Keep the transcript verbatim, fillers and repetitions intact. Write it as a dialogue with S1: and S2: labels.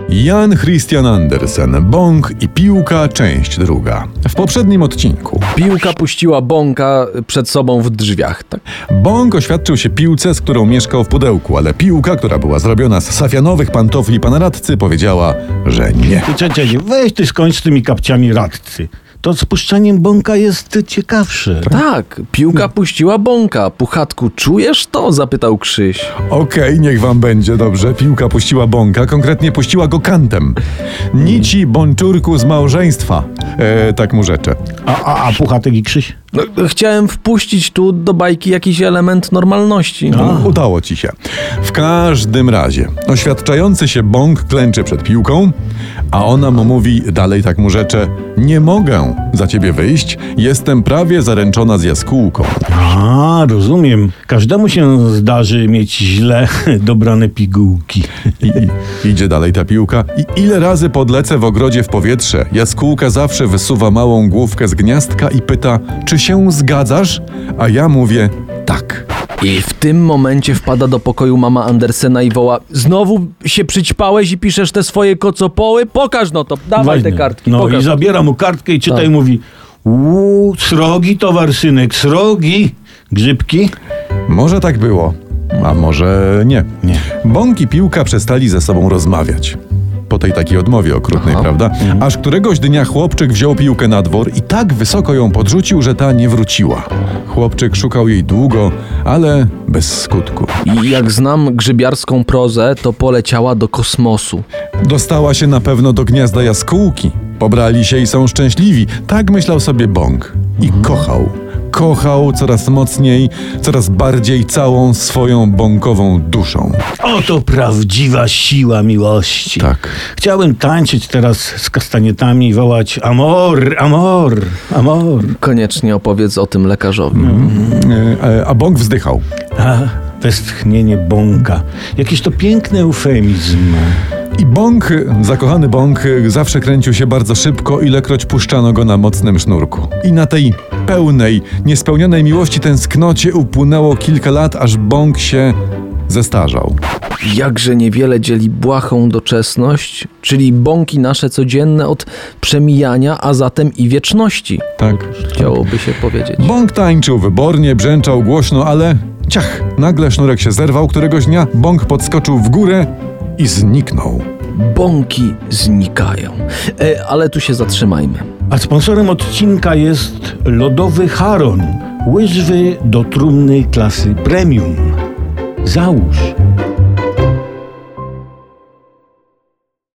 S1: Jan Christian Andersen, Bąk i piłka, część druga. W poprzednim odcinku
S2: Piłka puściła Bąka przed sobą w drzwiach, tak?
S1: Bąk oświadczył się piłce, z którą mieszkał w pudełku, ale piłka, która była zrobiona z safianowych pantofli pana radcy, powiedziała, że nie.
S3: Ty, cze, cze, weź ty skończ z tymi kapciami radcy. To z puszczaniem Bąka jest ciekawsze.
S2: Tak, piłka puściła Bąka. Puchatku, czujesz to? Zapytał Krzyś.
S1: Okej, niech wam będzie dobrze. Piłka puściła Bąka, konkretnie puściła go kantem. Nici bączurku z małżeństwa. E, tak mu rzeczę.
S3: A, a, a Puchatek i Krzyś?
S2: No, chciałem wpuścić tu do bajki jakiś element normalności.
S1: No, udało ci się. W każdym razie, oświadczający się Bąk klęczy przed piłką, a ona mu mówi, dalej tak mu rzecze, nie mogę za ciebie wyjść, jestem prawie zaręczona z jaskółką.
S3: A, rozumiem. Każdemu się zdarzy mieć źle dobrane pigułki.
S1: I, i idzie dalej ta piłka i ile razy podlecę w ogrodzie w powietrze, jaskółka zawsze wysuwa małą główkę z gniazdka i pyta, czy się zgadzasz? A ja mówię, tak.
S2: I w tym momencie wpada do pokoju mama Andersena i woła: znowu się przyćpałeś i piszesz te swoje kocopoły? Pokaż no to, dawaj
S3: Ważne.
S2: te kartki.
S3: No
S2: pokaż.
S3: i zabiera mu kartkę i czyta
S2: Tak.
S3: i mówi: uuu, srogi towar, synek, srogi. Grzybki?
S1: Może tak było, a może nie.
S3: Nie.
S1: Bąk i piłka przestali ze sobą rozmawiać. Po tej takiej odmowie okrutnej,
S2: Aha.
S1: prawda? Aż któregoś dnia chłopczyk wziął piłkę na dwór i tak wysoko ją podrzucił, że ta nie wróciła. Chłopczyk szukał jej długo, ale bez skutku.
S2: I jak znam grzybiarską prozę, to poleciała do kosmosu.
S1: Dostała się na pewno do gniazda jaskółki. Pobrali się i są szczęśliwi. Tak myślał sobie Bąk. I kochał. Kochał coraz mocniej, coraz bardziej całą swoją bąkową duszą.
S3: Oto prawdziwa siła miłości.
S1: Tak.
S3: Chciałem tańczyć teraz z kastanietami i wołać: amor, amor, amor.
S2: Koniecznie opowiedz o tym lekarzowi.
S1: E, e, A Bąk wzdychał.
S3: A, westchnienie Bąka. Jakiś to piękny eufemizm.
S1: I Bąk, zakochany Bąk, zawsze kręcił się bardzo szybko, ilekroć puszczano go na mocnym sznurku. I na tej pełnej, niespełnionej miłości tęsknocie upłynęło kilka lat, aż Bąk się zestarzał.
S2: Jakże niewiele dzieli błahą doczesność, czyli bąki nasze codzienne od przemijania, a zatem i wieczności.
S1: Tak.
S2: Chciałoby się powiedzieć.
S1: Bąk tańczył wybornie, brzęczał głośno, ale ciach, nagle sznurek się zerwał któregoś dnia, Bąk podskoczył w górę i zniknął.
S2: Bąki znikają. E, ale tu się zatrzymajmy.
S3: A sponsorem odcinka jest lodowy Charon. Łyżwy do trumny klasy premium. Załóż.